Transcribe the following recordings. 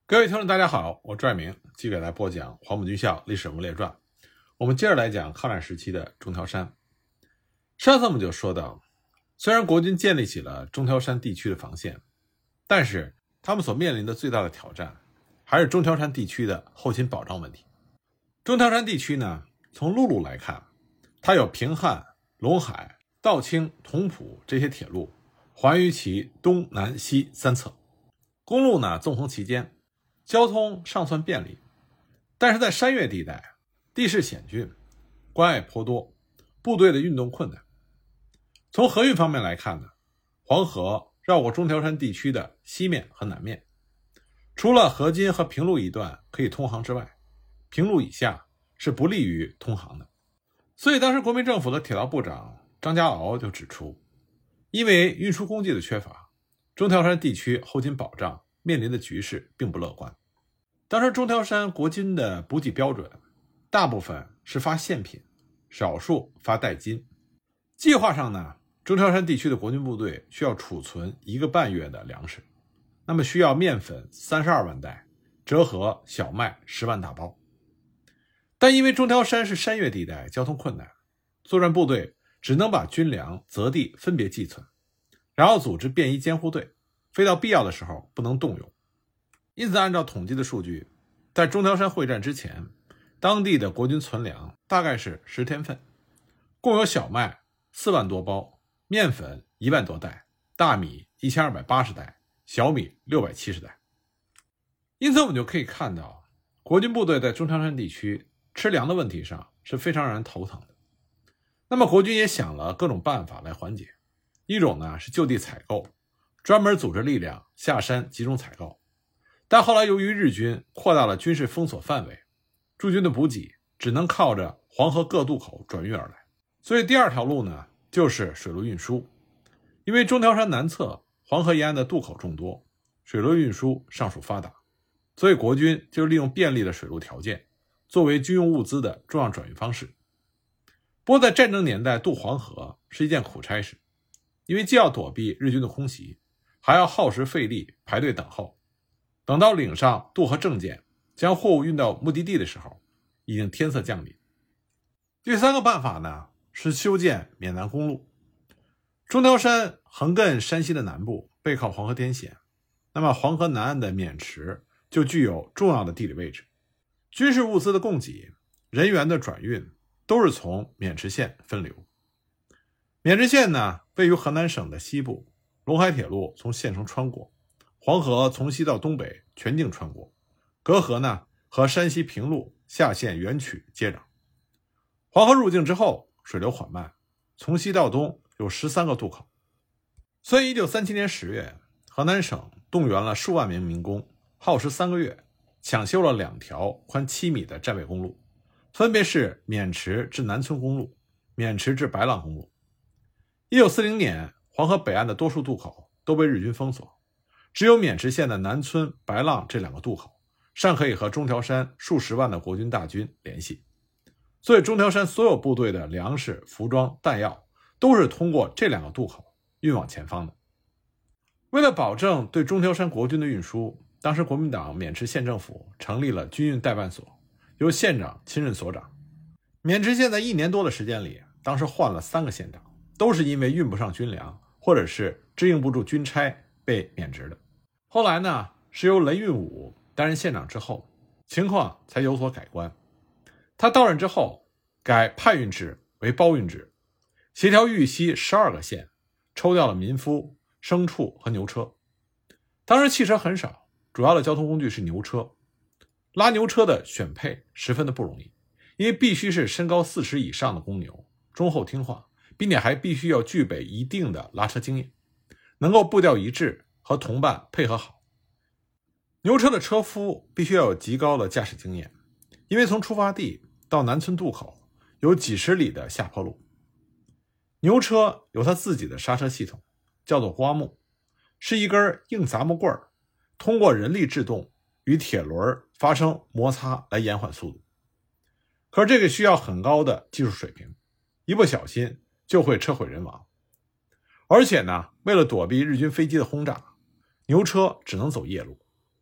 各位听众大家好，我拽明继续给大家播讲黄埔军校历史人物列传。我们接着来讲抗战时期的中条山。上次我们就说到，虽然国军建立起了中条山地区的防线，但是他们所面临的最大的挑战还是中条山地区的后勤保障问题。中条山地区呢，从陆路来看，它有平汉、陇海、道清、同蒲这些铁路环于其东南西三侧，公路呢纵横其间，交通尚算便利，但是在山岳地带，地势险峻，关隘颇多，部队的运动困难。从河运方面来看呢，黄河绕过中条山地区的西面和南面，除了河津和平路一段可以通航之外，平路以下是不利于通航的。所以当时国民政府的铁道部长张家敖就指出，因为运输工具的缺乏，中条山地区后勤保障面临的局势并不乐观。当时中条山国军的补给标准大部分是发现品，少数发代金。计划上呢，中条山地区的国军部队需要储存1个半月的粮食，那么需要面粉32万袋，折合小麦10万大包。但因为中条山是山岳地带，交通困难，作战部队只能把军粮择地分别寄存，然后组织便衣监护队，非到必要的时候不能动用。因此按照统计的数据，在中条山会战之前，当地的国军存粮大概是10天份，共有小麦4万多包，面粉1万多袋，大米1280袋，小米670袋。因此我们就可以看到，国军部队在中条山地区吃粮的问题上是非常让人头疼的。那么国军也想了各种办法来缓解，一种呢是就地采购，专门组织力量下山集中采购。但后来由于日军扩大了军事封锁范围，驻军的补给只能靠着黄河各渡口转运而来。所以第二条路呢，就是水路运输。因为中条山南侧黄河沿岸的渡口众多，水路运输尚属发达，所以国军就利用便利的水路条件，作为军用物资的重要转运方式。不过在战争年代渡黄河是一件苦差事，因为既要躲避日军的空袭，还要耗时费力排队等候。等到领上渡河证件，将货物运到目的地的时候，已经天色降临。第三个办法呢，是修建缅南公路。中条山横亘山西的南部，背靠黄河天险，那么黄河南岸的渑池就具有重要的地理位置。军事物资的供给、人员的转运都是从渑池县分流。渑池县呢，位于河南省的西部，陇海铁路从县城穿过，黄河从西到东北全境穿过，隔河呢和山西平路下县垣曲接壤。黄河入境之后，水流缓慢，从西到东有13个渡口。所以1937年10月，河南省动员了数万名民工，耗时3个月，抢修了2条宽7米的战备公路，分别是渑池至南村公路、渑池至白浪公路。1940年，黄河北岸的多数渡口都被日军封锁，只有渑池县的南村、白浪这2个渡口尚可以和中条山数十万的国军大军联系。所以中条山所有部队的粮食、服装、弹药都是通过这2个渡口运往前方的。为了保证对中条山国军的运输，当时国民党渑池县政府成立了军运代办所，由县长亲任所长。渑池县在1年多的时间里，当时换了3个县长，都是因为运不上军粮，或者是支应不住军差被免职的。后来呢，是由雷运武担任县长之后，情况才有所改观。他到任之后，改派运制为包运制，协调豫西12个县，抽调了民夫、牲畜和牛车。当时汽车很少，主要的交通工具是牛车。拉牛车的选配十分的不容易，因为必须是身高4尺以上的公牛，忠厚听话，并且还必须要具备一定的拉车经验，能够步调一致，和同伴配合好。牛车的车夫必须要有极高的驾驶经验，因为从出发地到南村渡口有几十里的下坡路。牛车有它自己的刹车系统，叫做刮木，是一根硬杂木棍儿，通过人力制动与铁轮发生摩擦来延缓速度。可是这个需要很高的技术水平，一不小心就会车毁人亡。而且呢，为了躲避日军飞机的轰炸，牛车只能走夜路。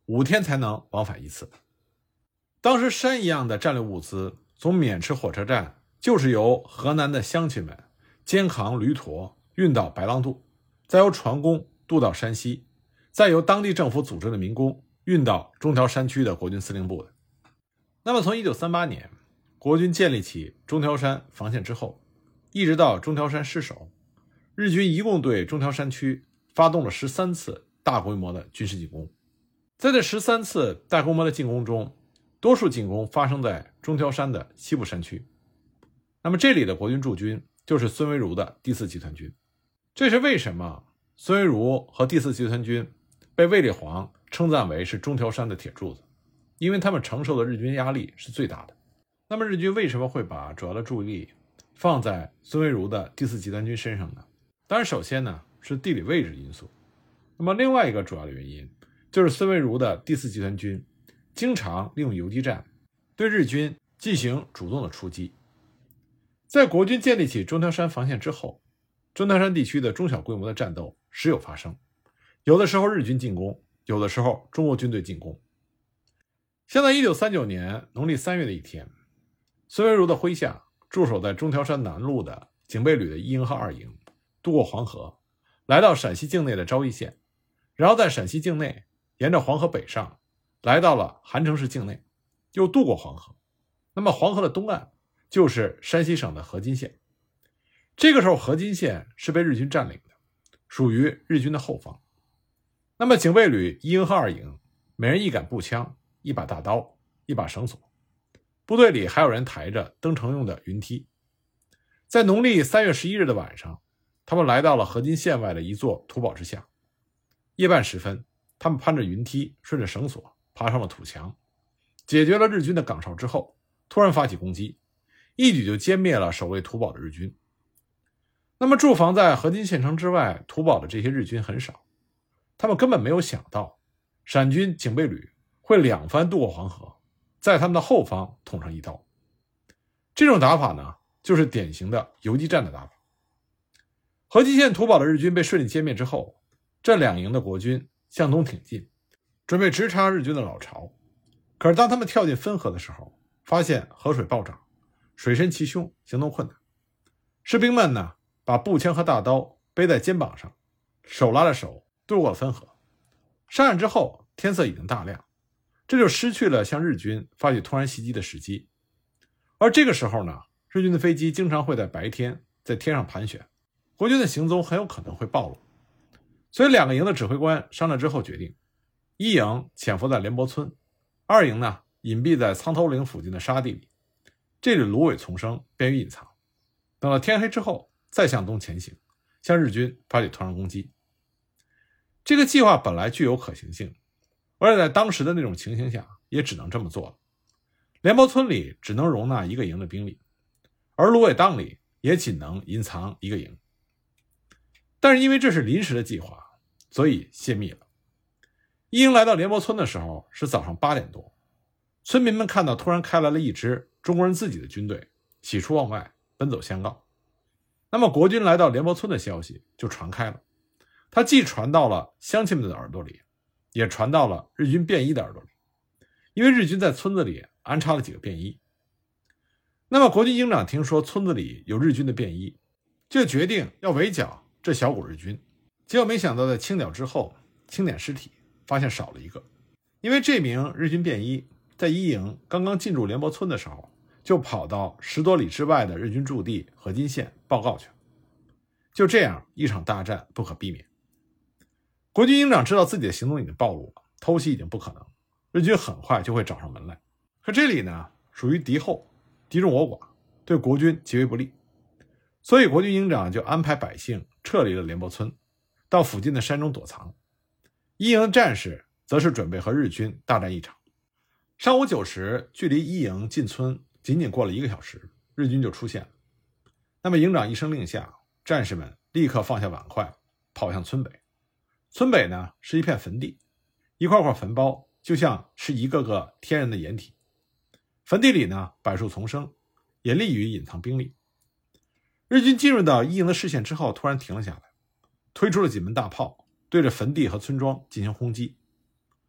5天才能往返一次。当时山一样的战略物资从渑池火车站就是由河南的乡亲们肩扛驴驼运到白浪渡，再由船工渡到山西，再由当地政府组织的民工运到中条山区的国军司令部的。那么从1938年国军建立起中条山防线之后，一直到中条山失守，日军一共对中条山区发动了13次大规模的军事进攻。在这13次大规模的进攻中，多数进攻发生在中条山的西部山区。那么这里的国军驻军就是孙维如的第4集团军。这是为什么孙维如和第4集团军被卫立煌称赞为是中条山的铁柱子，因为他们承受的日军压力是最大的。那么日军为什么会把主要的注意力放在孙维如的第4集团军身上呢？当然首先呢是地理位置因素，那么另外一个主要的原因就是孙维如的第4集团军经常利用游击战对日军进行主动的出击。在国军建立起中条山防线之后，中条山地区的中小规模的战斗时有发生，有的时候日军进攻，有的时候中国军队进攻。像在1939年农历3月的一天，孙维如的麾下驻守在中条山南路的警备旅的1营和2营渡过黄河，来到陕西境内的昭义县，然后在陕西境内沿着黄河北上，来到了韩城市境内，又渡过黄河。那么黄河的东岸就是山西省的河津县。这个时候河津县是被日军占领的，属于日军的后方。那么警备旅1营和2营每人1杆步枪，1把大刀，1把绳索，部队里还有人抬着登城用的云梯。在农历3月11日的晚上，他们来到了河津县外的一座土堡之下。夜半时分，他们攀着云梯，顺着绳索爬上了土墙，解决了日军的岗哨之后，突然发起攻击，一举就歼灭了守卫土堡的日军。那么驻防在河津县城之外土堡的这些日军很少，他们根本没有想到陕军警备旅会2番渡过黄河，在他们的后方捅上一刀。这种打法呢，就是典型的游击战的打法。河津县土堡的日军被顺利歼灭之后，这2营的国军向东挺进，准备直插日军的老巢。可是当他们跳进汾河的时候，发现河水暴涨，水深其胸，行动困难。士兵们呢，把步枪和大刀背在肩膀上，手拉着手渡过了汾河。上岸之后，天色已经大亮，这就失去了向日军发起突然袭击的时机。而这个时候呢，日军的飞机经常会在白天在天上盘旋，国军的行踪很有可能会暴露。所以2个营的指挥官商量之后决定，1营潜伏在联泊村，2营呢隐蔽在苍头岭附近的沙地里，这里芦苇丛生，便于隐藏。等到天黑之后再向东前行，向日军发起突然攻击。这个计划本来具有可行性，而且在当时的那种情形下也只能这么做了。联泊村里只能容纳1个营的兵力，而芦苇荡里也仅能隐藏1个营。但是因为这是临时的计划，所以泄密了。1营来到联泊村的时候是早上8点多，村民们看到突然开来了一支中国人自己的军队，喜出望外，奔走相告。那么国军来到联泊村的消息就传开了，它既传到了乡亲们的耳朵里，也传到了日军便衣的耳朵里，因为日军在村子里安插了几个便衣。那么国军营长听说村子里有日军的便衣，就决定要围剿这小股日军。结果没想到在清剿之后，清点尸体发现少了1个，因为这名日军便衣在1营刚刚进入联泊村的时候，就跑到10多里之外的日军驻地河津县报告去了。就这样，一场大战不可避免。国军营长知道自己的行动已经暴露了，偷袭已经不可能，日军很快就会找上门来。可这里呢，属于敌后，敌众我寡，对国军极为不利。所以国军营长就安排百姓撤离了联泊村，到附近的山中躲藏。1营的战士则是准备和日军大战一场。上午9时，距离1营进村仅仅过了1个小时，日军就出现了。那么营长一声令下，战士们立刻放下碗筷，跑向村北。村北呢是一片坟地，一块块坟包就像是一个个天然的掩体。坟地里呢柏树丛生，也利于隐藏兵力。日军进入到1营的视线之后，突然停了下来，推出了几门大炮，对着坟地和村庄进行轰击。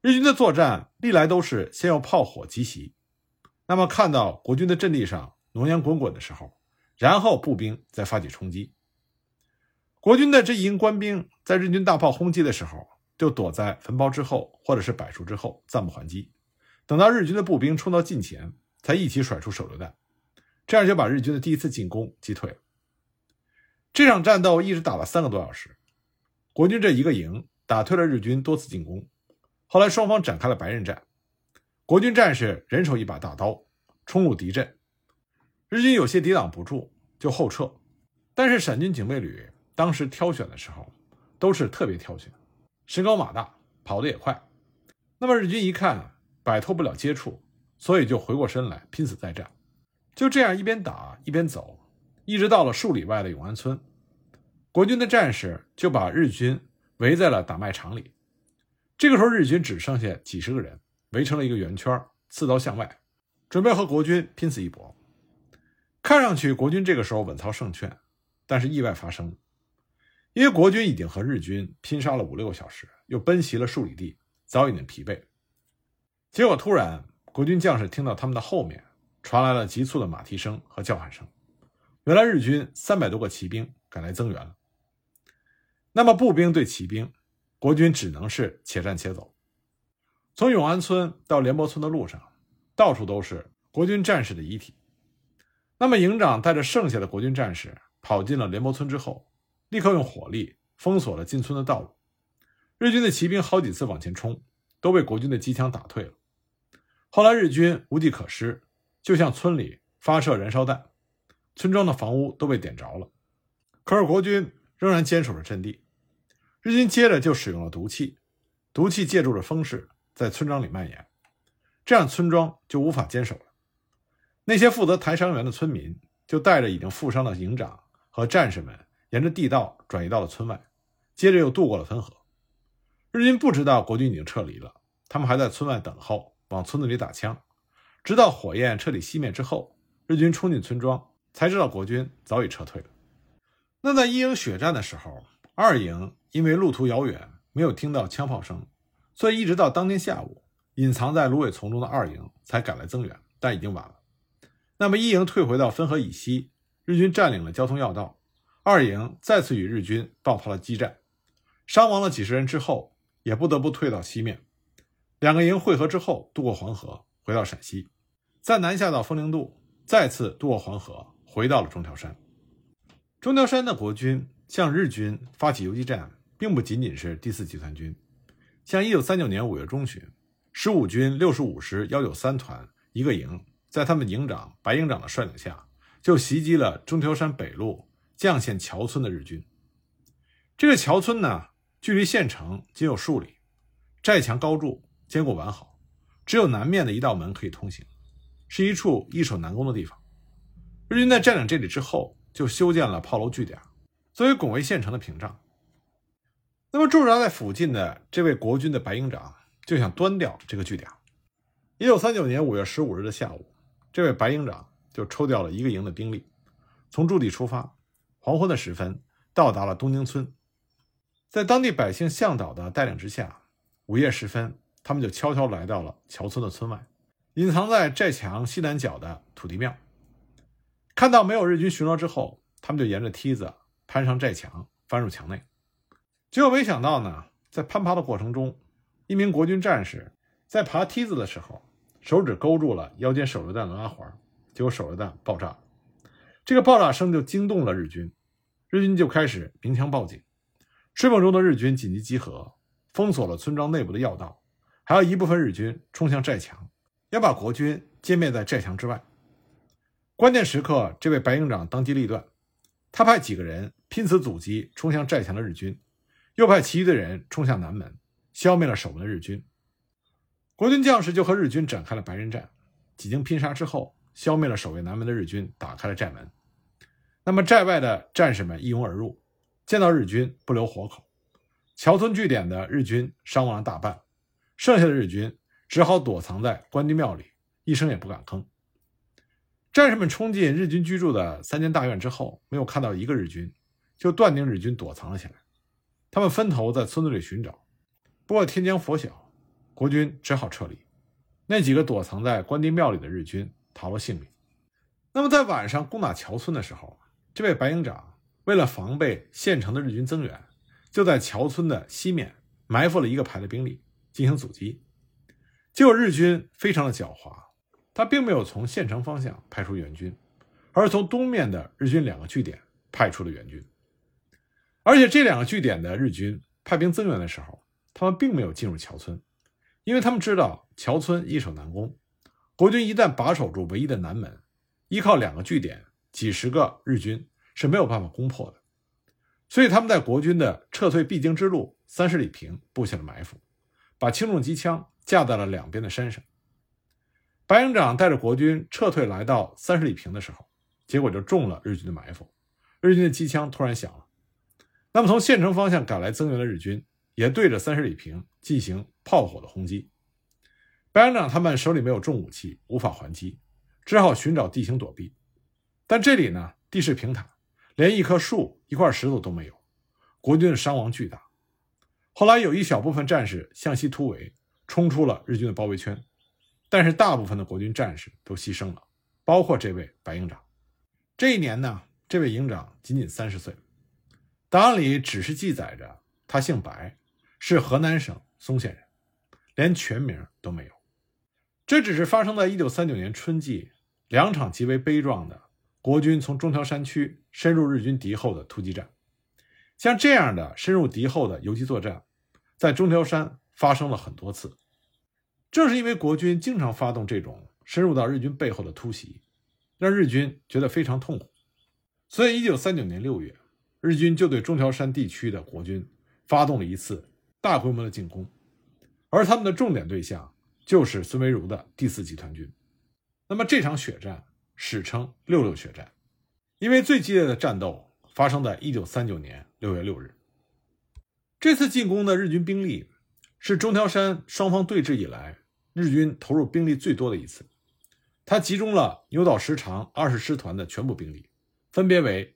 日军的作战历来都是先用炮火急袭，那么看到国军的阵地上浓烟滚滚的时候，然后步兵再发起冲击。国军的这一营官兵在日军大炮轰击的时候，就躲在坟包之后或者是柏树之后暂不还击，等到日军的步兵冲到近前，才一起甩出手榴弹，这样就把日军的第一次进攻击退了。这场战斗一直打了3个多小时，国军这一个营打退了日军多次进攻。后来双方展开了白刃战，国军战士人手一把大刀冲入敌阵，日军有些抵挡不住就后撤，但是陕军警备旅当时挑选的时候都是特别挑选，身高马大，跑得也快。那么日军一看摆脱不了接触，所以就回过身来拼死再战。就这样一边打一边走，一直到了数里外的永安村，国军的战士就把日军围在了打麦场里。这个时候日军只剩下几十个人，围成了一个圆圈，刺刀向外，准备和国军拼死一搏。看上去国军这个时候稳操胜券，但是意外发生了。因为国军已经和日军拼杀了5-6个小时，又奔袭了数里地，早已经疲惫。结果突然国军将士听到他们的后面传来了急促的马蹄声和叫喊声，原来日军300多个骑兵赶来增援了。那么步兵对骑兵，国军只能是且战且走。从永安村到联泊村的路上，到处都是国军战士的遗体。那么营长带着剩下的国军战士跑进了联泊村之后，立刻用火力封锁了进村的道路。日军的骑兵好几次往前冲，都被国军的机枪打退了。后来日军无计可施，就向村里发射燃烧弹，村庄的房屋都被点着了。可是国军仍然坚守着阵地。日军接着就使用了毒气，毒气借助着风势在村庄里蔓延，这样村庄就无法坚守了。那些负责抬伤员的村民就带着已经负伤的营长和战士们沿着地道转移到了村外，接着又渡过了汾河。日军不知道国军已经撤离了，他们还在村外等候，往村子里打枪，直到火焰彻底熄灭之后，日军冲进村庄，才知道国军早已撤退了。那在一营血战的时候，二营因为路途遥远，没有听到枪炮声，所以一直到当天下午，隐藏在芦苇丛中的二营才赶来增援，但已经晚了。那么一营退回到汾河以西，日军占领了交通要道，二营再次与日军爆发了激战，伤亡了几十人之后，也不得不退到西面。2个营会合之后，渡过黄河回到陕西，再南下到丰宁渡，再次渡过黄河回到了中条山。中条山的国军向日军发起游击战，并不仅仅是第4集团军。像1939年5月中旬，15军65师193团一个营，在他们营长白营长的率领下，就袭击了中条山北路绛县桥村的日军。这个桥村呢，距离县城仅有数里，寨墙高筑，坚固完好，只有南面的一道门可以通行，是一处易守难攻的地方。日军在占领这里之后，就修建了炮楼据点，作为拱卫县城的屏障。那么驻扎在附近的这位国军的白营长就想端掉这个据点。1939年5月15日的下午，这位白营长就抽调了一个营的兵力，从驻地出发，黄昏的时分到达了东京村。在当地百姓向导的带领之下，午夜时分，他们就悄悄来到了桥村的村外，隐藏在寨墙西南角的土地庙。看到没有日军巡逻之后，他们就沿着梯子攀上寨墙，翻入墙内。结果没想到呢，在攀爬的过程中，一名国军战士在爬梯子的时候，手指勾住了腰间手榴弹的拉环，结果手榴弹爆炸。这个爆炸声就惊动了日军，日军就开始鸣枪报警。睡梦中的日军紧急集合，封锁了村庄内部的要道，还有一部分日军冲向寨墙，要把国军歼灭在寨墙之外。关键时刻，这位白营长当机立断，他派几个人拼死阻击冲向寨墙的日军，又派其余的人冲向南门，消灭了守门的日军。国军将士就和日军展开了白刃战，几经拼杀之后，消灭了守卫南门的日军，打开了寨门。那么寨外的战士们一拥而入，见到日军不留活口，桥村据点的日军伤亡了大半，剩下的日军只好躲藏在关帝庙里，一声也不敢吭。战士们冲进日军居住的3间大院之后，没有看到一个日军，就断定日军躲藏了起来。他们分头在村子里寻找，不过天将拂晓， 国军只好撤离。那几个躲藏在关帝庙里的日军逃了性命。那么在晚上攻打桥村的时候，这位白营长为了防备县城的日军增援，就在桥村的西面埋伏了一个排的兵力进行阻击。结果日军非常的狡猾，他并没有从县城方向派出援军，而是从东面的日军2个据点派出了援军。而且这2个据点的日军派兵增援的时候，他们并没有进入桥村，因为他们知道桥村易守难攻，国军一旦把守住唯一的南门，依靠2个据点几十个日军是没有办法攻破的。所以他们在国军的撤退必经之路30里坪布下了埋伏，把轻重机枪架在了两边的山上。白营长带着国军撤退来到30里坪的时候，结果就中了日军的埋伏，日军的机枪突然响了。那么从县城方向赶来增援的日军也对着30里坪进行炮火的轰击。白营长他们手里没有重武器，无法还击，只好寻找地形躲避。但这里呢，地势平坦，连一棵树一块石头都没有，国军的伤亡巨大。后来有一小部分战士向西突围，冲出了日军的包围圈，但是大部分的国军战士都牺牲了，包括这位白营长。这一年呢，这位营长仅仅30岁，档案里只是记载着他姓白，是河南省嵩县人，连全名都没有。这只是发生在1939年春季2场极为悲壮的国军从中条山区深入日军敌后的突击战。像这样的深入敌后的游击作战，在中条山发生了很多次。正是因为国军经常发动这种深入到日军背后的突袭，让日军觉得非常痛苦。所以1939年6月，日军就对中条山地区的国军发动了一次大规模的进攻，而他们的重点对象就是孙维如的第4集团军。那么这场血战史称66血战，因为最激烈的战斗发生在1939年6月6日。这次进攻的日军兵力是中条山双方对峙以来日军投入兵力最多的一次，它集中了牛岛时长20师团的全部兵力，分别为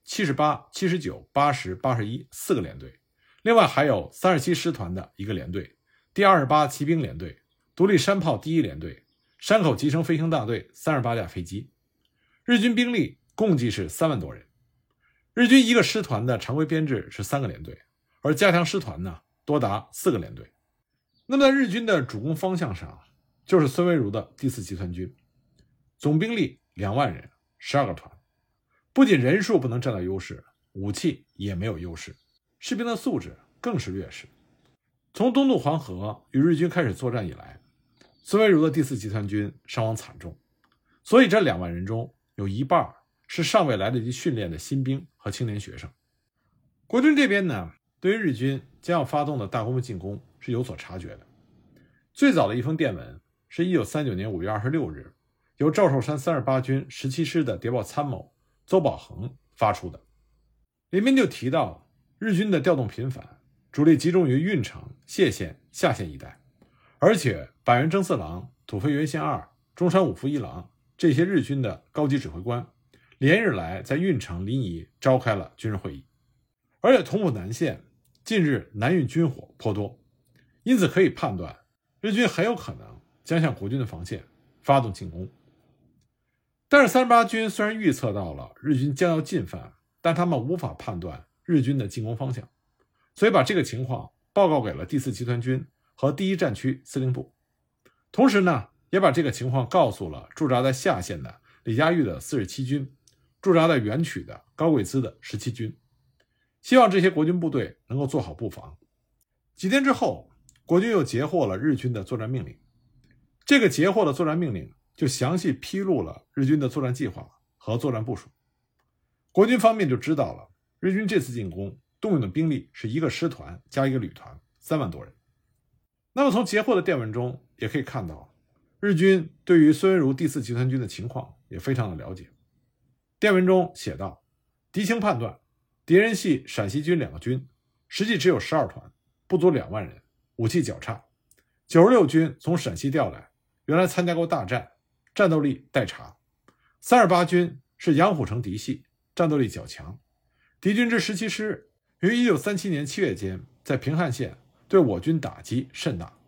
78、79、80、81 4个连队，另外还有37师团的一个连队，第28骑兵连队，独立山炮第1联队，山口集成飞行大队38架飞机。日军兵力共计是3万多人。日军一个师团的常规编制是3个连队，而加强师团呢多达4个连队。那么在日军的主攻方向上，就是孙维如的第4集团军，总兵力2万人，12个团，不仅人数不能占到优势，武器也没有优势，士兵的素质更是劣势。从东渡黄河与日军开始作战以来，孙维如的第4集团军伤亡惨重，所以这2万人中有一半是尚未来得及训练的新兵和青年学生。国军这边呢，对于日军将要发动的大规模进攻是有所察觉的。最早的一封电文是1939年5月26日由赵寿山38军17师的谍报参谋邹保衡发出的，里面就提到日军的调动频繁，主力集中于运城、谢县、下县一带，而且板垣征四郎、土肥原贤二、中山武夫一郎这些日军的高级指挥官连日来在运城、临沂召开了军事会议，而且同府南线近日南运军火颇多，因此可以判断日军很有可能将向国军的防线发动进攻。但是38军虽然预测到了日军将要进犯，但他们无法判断日军的进攻方向，所以把这个情况报告给了第4集团军和第1战区司令部，同时呢也把这个情况告诉了驻扎在下线的李家玉的47军，驻扎在垣曲的高贵滋的17军，希望这些国军部队能够做好布防。几天之后，国军又截获了日军的作战命令，这个截获的作战命令就详细披露了日军的作战计划和作战部署。国军方面就知道了日军这次进攻动用的兵力是1个师团加1个旅团，3万多人。那么从截获的电文中也可以看到，日军对于孙维如第4集团军的情况也非常的了解。电文中写道，敌情判断，敌人系陕西军2个军，实际只有12团，不足2万人，武器较差。96军从陕西调来，原来参加过大战，战斗力待查。38军是杨虎城嫡系，战斗力较强。敌军之17师于1937年7月间在平汉线对我军打击甚大，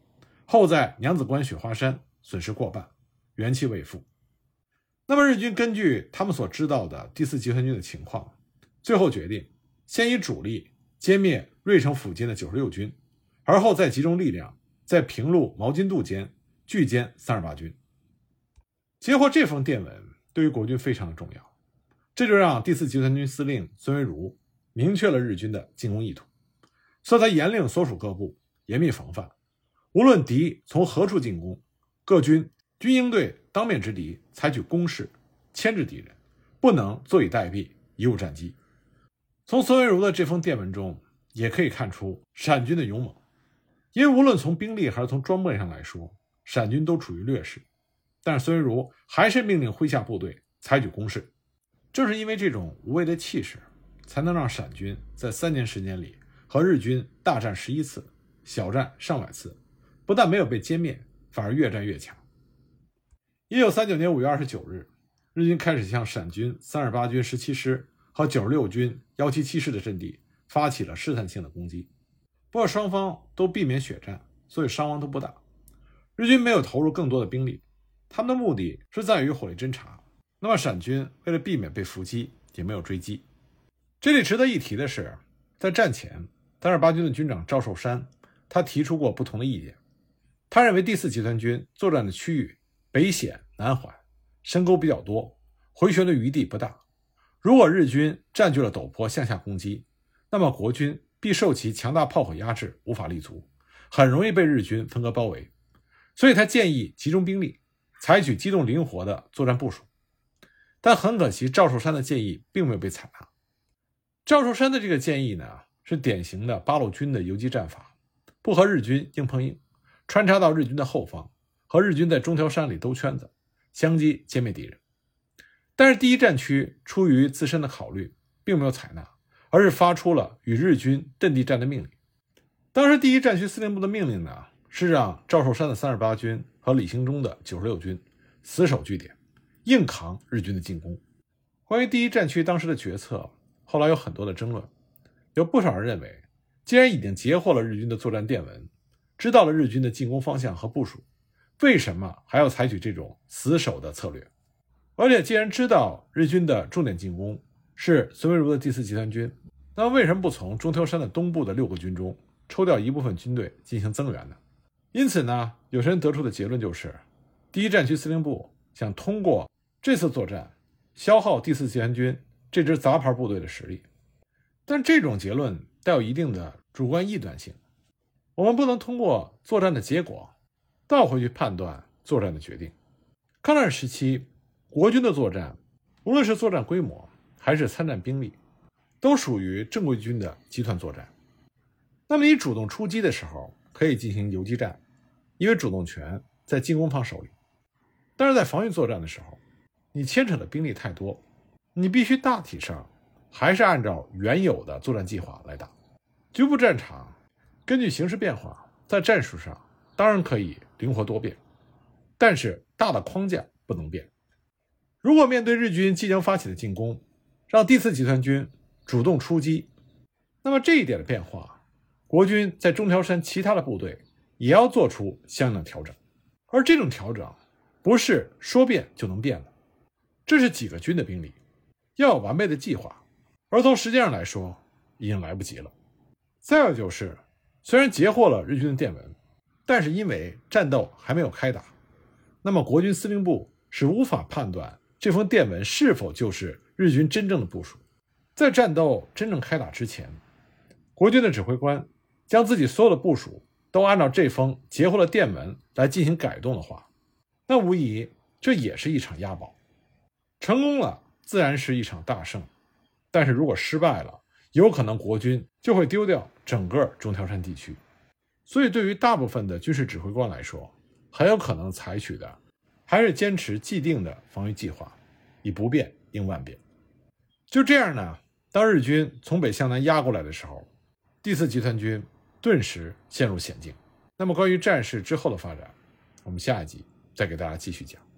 后在娘子关雪花山损失过半，元气未复。那么日军根据他们所知道的第4集团军的情况，最后决定先以主力歼灭芮城附近的96军，而后再集中力量在平陆毛巾渡间拒歼328军。截获这封电文对于国军非常的重要，这就让第4集团军司令孙维如明确了日军的进攻意图，所以他严令所属各部严密防范，无论敌从何处进攻，各军均应对当面之敌采取攻势，牵制敌人，不能坐以待毙，贻误战机。从孙维如的这封电文中也可以看出陕军的勇猛，因为无论从兵力还是从装备上来说，陕军都处于劣势，但是孙维如还是命令麾下部队采取攻势。正是因为这种无畏的气势，才能让陕军在3年时间里和日军大战11次，小战上百次，不但没有被歼灭，反而越战越强。1939年5月29日，日军开始向陕军328军17师和96军177师的阵地发起了试探性的攻击。不过双方都避免血战，所以伤亡都不大。日军没有投入更多的兵力，他们的目的是在于火力侦察。那么陕军为了避免被伏击，也没有追击。这里值得一提的是，在战前328军的军长赵寿山，他提出过不同的意见。他认为第4集团军作战的区域北险南缓，深沟比较多，回旋的余地不大。如果日军占据了陡坡向下攻击，那么国军必受其强大炮火压制，无法立足，很容易被日军分割包围。所以他建议集中兵力，采取机动灵活的作战部署。但很可惜，赵寿山的建议并没有被采纳。赵寿山的这个建议呢，是典型的八路军的游击战法，不和日军硬碰硬，穿插到日军的后方，和日军在中条山里兜圈子，相机歼灭敌人。但是第一战区出于自身的考虑，并没有采纳，而是发出了与日军阵地战的命令。当时第一战区司令部的命令呢，是让赵寿山的328军和李兴中的96军死守据点，硬扛日军的进攻。关于第一战区当时的决策，后来有很多的争论。有不少人认为，既然已经截获了日军的作战电文，知道了日军的进攻方向和部署，为什么还要采取这种死守的策略？而且既然知道日军的重点进攻是孙维如的第4集团军，那为什么不从中条山的东部的6个军中抽调一部分军队进行增援呢？因此呢，有些人得出的结论就是，第一战区司令部想通过这次作战消耗第4集团军这支杂牌部队的实力。但这种结论带有一定的主观臆断性，我们不能通过作战的结果倒回去判断作战的决定。抗战时期，国军的作战，无论是作战规模还是参战兵力，都属于正规军的集团作战。那么你主动出击的时候可以进行游击战，因为主动权在进攻方手里。但是在防御作战的时候，你牵扯的兵力太多，你必须大体上还是按照原有的作战计划来打。局部战场根据形势变化，在战术上当然可以灵活多变，但是大的框架不能变。如果面对日军即将发起的进攻，让第4集团军主动出击，那么这一点的变化，国军在中条山其他的部队也要做出相应的调整。而这种调整不是说变就能变的，这是几个军的兵力，要有完备的计划，而从时间上来说已经来不及了。再有就是，虽然截获了日军的电文，但是因为战斗还没有开打，那么国军司令部是无法判断这封电文是否就是日军真正的部署。在战斗真正开打之前，国军的指挥官将自己所有的部署都按照这封截获的电文来进行改动的话，那无疑这也是一场押宝。成功了自然是一场大胜，但是如果失败了，有可能国军就会丢掉整个中条山地区。所以对于大部分的军事指挥官来说，很有可能采取的还是坚持既定的防御计划，以不变应万变。就这样呢，当日军从北向南压过来的时候，第4集团军顿时陷入险境。那么关于战事之后的发展，我们下一集再给大家继续讲。